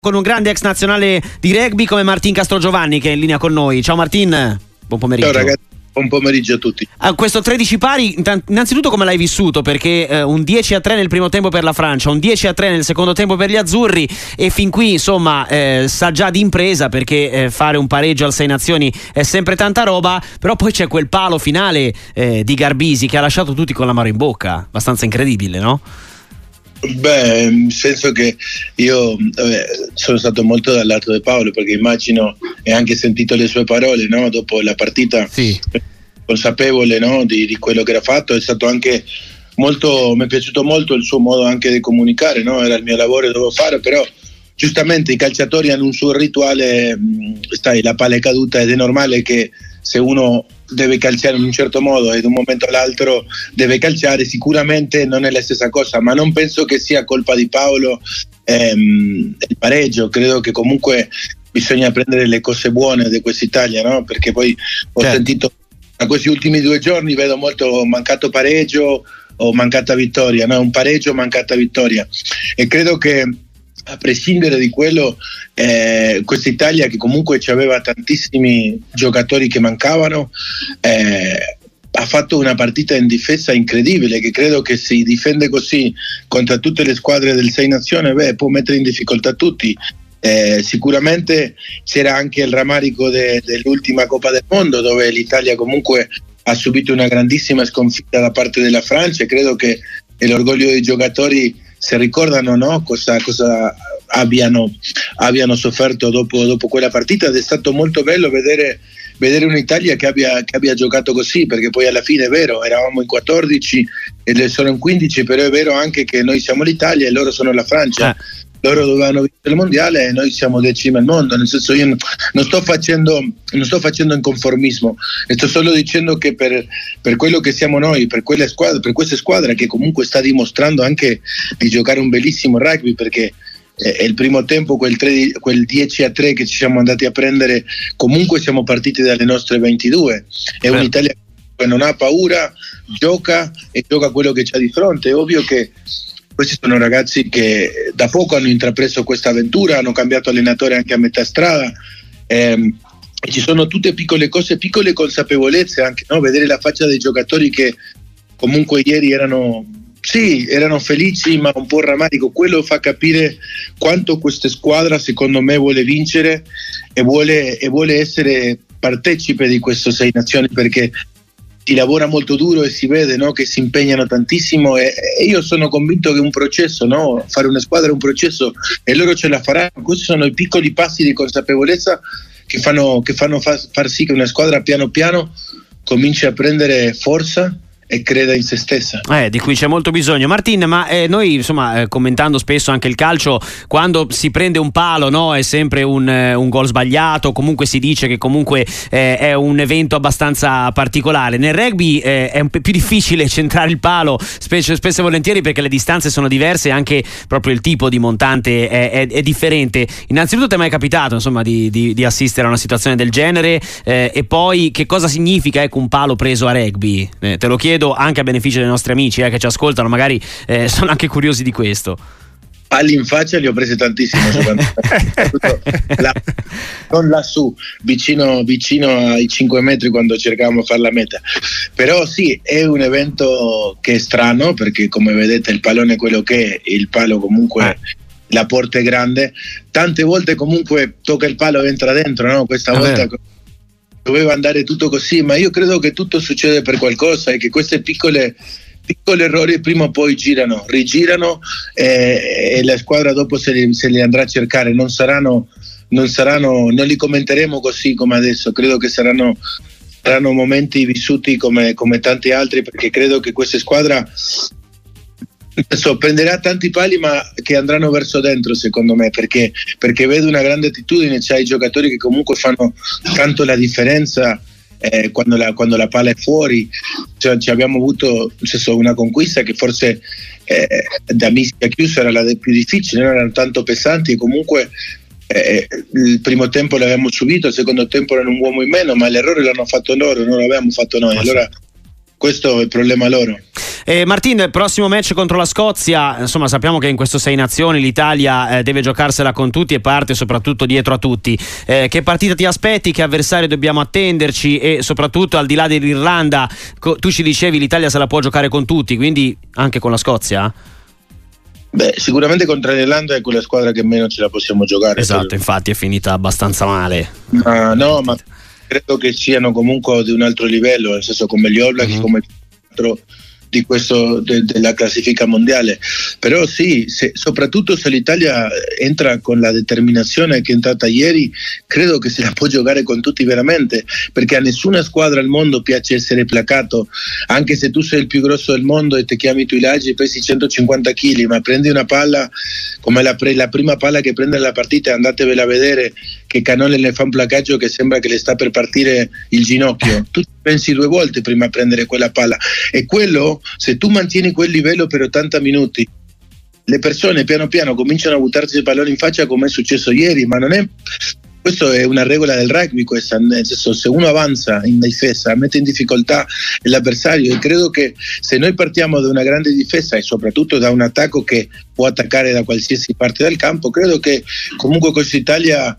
con un grande ex nazionale di rugby come Martin Castrogiovanni, che è in linea con noi. Ciao Martin, buon pomeriggio. Ciao ragazzi, buon pomeriggio a tutti. Questo 13 pari, innanzitutto come l'hai vissuto? Perché un 10-3 nel primo tempo per la Francia, un 10-3 nel secondo tempo per gli azzurri, e fin qui insomma sa già di impresa, perché fare un pareggio al Sei Nazioni è sempre tanta roba, però poi c'è quel palo finale di Garbisi che ha lasciato tutti con l'amaro in bocca, abbastanza incredibile, no? Beh, nel senso che io sono stato molto dal lato di Paolo, perché immagino e anche sentito le sue parole, no? Dopo la partita, sì. Consapevole, no? di quello che era fatto. È stato anche molto, mi è piaciuto molto il suo modo anche di comunicare, no? Era il mio lavoro e dovevo fare, però giustamente i calciatori hanno un suo rituale, la palla è caduta ed è normale che se uno deve calciare in un certo modo e da un momento all'altro deve calciare, sicuramente non è la stessa cosa, ma non penso che sia colpa di Paolo il pareggio. Credo che comunque bisogna prendere le cose buone di quest'Italia, no? Perché poi ho sentito a questi ultimi 2 giorni, vedo molto mancato pareggio o mancata vittoria, no? Un pareggio, mancata vittoria, e credo che a prescindere di quello, questa Italia, che comunque aveva tantissimi giocatori che mancavano, ha fatto una partita in difesa incredibile, che credo che si difende così contro tutte le squadre del Sei Nazioni, può mettere in difficoltà tutti. Sicuramente c'era anche il rammarico dell'ultima Coppa del Mondo, dove l'Italia comunque ha subito una grandissima sconfitta da parte della Francia, e credo che l'orgoglio dei giocatori se ricordano, no? cosa abbiano sofferto dopo quella partita, ed è stato molto bello vedere un'Italia che abbia giocato così, perché poi alla fine è vero, eravamo in 14 e le sono in 15, però è vero anche che noi siamo l'Italia e loro sono la Francia. Loro dovevano vincere il mondiale e noi siamo decimi al mondo. Nel senso, io non sto facendo inconformismo, e sto solo dicendo che per quello che siamo noi, per questa squadra che comunque sta dimostrando anche di giocare un bellissimo rugby, perché il primo tempo, quel 10-3 che ci siamo andati a prendere, comunque siamo partiti dalle nostre 22. È un'Italia che non ha paura, gioca quello che c'ha di fronte. È ovvio che questi sono ragazzi che da poco hanno intrapreso questa avventura, hanno cambiato allenatore anche a metà strada, e ci sono tutte piccole cose, piccole consapevolezze anche, no? Vedere la faccia dei giocatori che comunque ieri erano felici ma un po' rammarico. Quello fa capire quanto questa squadra, secondo me, vuole vincere e vuole essere partecipe di questo Sei Nazioni, perché si lavora molto duro e si vede, no? Che si impegnano tantissimo, e io sono convinto che è un processo, no? Fare una squadra è un processo e loro ce la faranno. Questi sono i piccoli passi di consapevolezza che fanno far sì che una squadra piano piano cominci a prendere forza e creda in se stessa. Di cui c'è molto bisogno. Martin, ma noi insomma commentando spesso anche il calcio, quando si prende un palo, no, è sempre un gol sbagliato, comunque si dice che comunque è un evento abbastanza particolare. Nel rugby è un po' più difficile centrare il palo, spesso e volentieri, perché le distanze sono diverse e anche proprio il tipo di montante è differente. Innanzitutto ti è mai capitato insomma di assistere a una situazione del genere, e poi che cosa significa un palo preso a rugby? Te lo chiedo anche a beneficio dei nostri amici che ci ascoltano, magari sono anche curiosi di questo. Palli in faccia li ho presi tantissimo, non lassù, vicino ai 5 metri, quando cercavamo di fare la meta. Però sì, è un evento che è strano, perché come vedete il pallone è quello che è, il palo comunque la porta è grande, tante volte comunque tocca il palo e entra dentro, no? Questa volta doveva andare tutto così, ma io credo che tutto succede per qualcosa, e che questi piccoli errori prima o poi rigirano, e la squadra dopo se li andrà a cercare. Non li commenteremo così come adesso. Credo che saranno momenti vissuti come tanti altri, perché credo che questa squadra prenderà tanti pali, ma che andranno verso dentro, secondo me, perché vedo una grande attitudine. C'è i giocatori che comunque fanno tanto la differenza quando la palla è fuori. Ci abbiamo avuto una conquista che forse da mischia chiusa era la più difficile, non erano tanto pesanti, e comunque il primo tempo l'abbiamo subito, il secondo tempo era un uomo in meno, ma l'errore l'hanno fatto loro, non l'abbiamo fatto noi. Allora questo è il problema loro. Martin, prossimo match contro la Scozia, insomma sappiamo che in questo 6 nazioni l'Italia deve giocarsela con tutti e parte soprattutto dietro a tutti. Che partita ti aspetti? Che avversario dobbiamo attenderci? E soprattutto al di là dell'Irlanda, tu ci dicevi l'Italia se la può giocare con tutti, quindi anche con la Scozia? Beh, sicuramente contro l'Irlanda è quella squadra che meno ce la possiamo giocare. Esatto, infatti è finita abbastanza male. Ma credo che siano comunque di un altro livello, nel senso come gli All Blacks, come altro di questo della classifica mondiale. Però sì, soprattutto se l'Italia entra con la determinazione che è entrata ieri, credo che se la può giocare con tutti veramente, perché a nessuna squadra al mondo piace essere placato, anche se tu sei il più grosso del mondo e ti chiami Tuilagi e pesi 150 kg, ma prendi una palla come la prima palla che prende la partita, andatevela a vedere, che Canole le fa un placaggio che sembra che le sta per partire il ginocchio. Tu pensi 2 volte prima a prendere quella palla, e quello, se tu mantieni quel livello per 80 minuti, le persone piano piano cominciano a buttarsi il pallone in faccia, come è successo ieri. Ma non è, questo è una regola del rugby questa, nel senso, se uno avanza in difesa mette in difficoltà l'avversario, e credo che se noi partiamo da una grande difesa e soprattutto da un attacco che può attaccare da qualsiasi parte del campo, credo che comunque questa Italia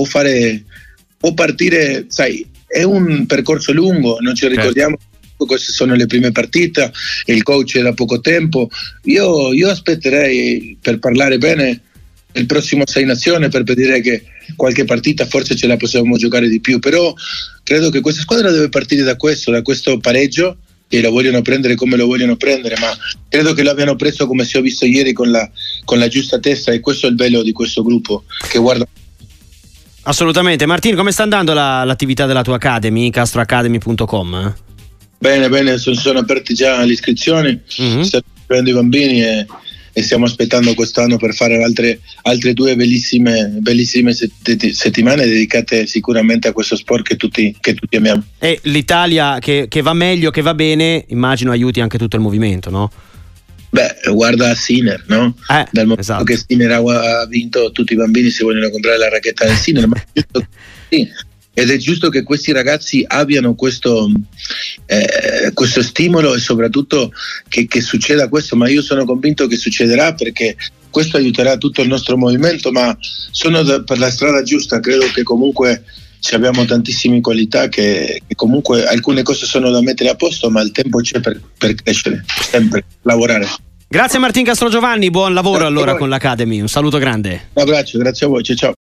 può partire, sai, è un percorso lungo, non ci ricordiamo. Queste sono le prime partite, il coach è da poco tempo. Io aspetterei, per parlare bene, il prossimo 6 nazioni, per vedere che qualche partita forse ce la possiamo giocare di più, però credo che questa squadra deve partire da questo pareggio, e lo vogliono prendere come lo vogliono prendere, ma credo che l'abbiano preso, come si ho visto ieri, con la giusta testa, e questo è il bello di questo gruppo che guarda. Assolutamente. Martin, come sta andando l'attività della tua Academy, castroacademy.com? Bene, sono aperte già le iscrizioni, stiamo prendendo i bambini e stiamo aspettando quest'anno per fare altre 2 bellissime settimane dedicate sicuramente a questo sport che tutti amiamo. E l'Italia che va meglio, che va bene, immagino aiuti anche tutto il movimento, no? Beh, guarda Sinner, no? Dal momento esatto. che Sinner ha vinto, tutti i bambini si vogliono comprare la racchetta del Sinner, ma sì. Ed è giusto che questi ragazzi abbiano questo stimolo, e soprattutto che succeda questo, ma io sono convinto che succederà, perché questo aiuterà tutto il nostro movimento, ma sono per la strada giusta. Credo che comunque abbiamo tantissime qualità, che comunque alcune cose sono da mettere a posto, ma il tempo c'è per crescere, sempre lavorare. Grazie Martin Castrogiovanni, buon lavoro allora con l'Academy, un saluto grande. Un abbraccio, grazie a voi, ciao.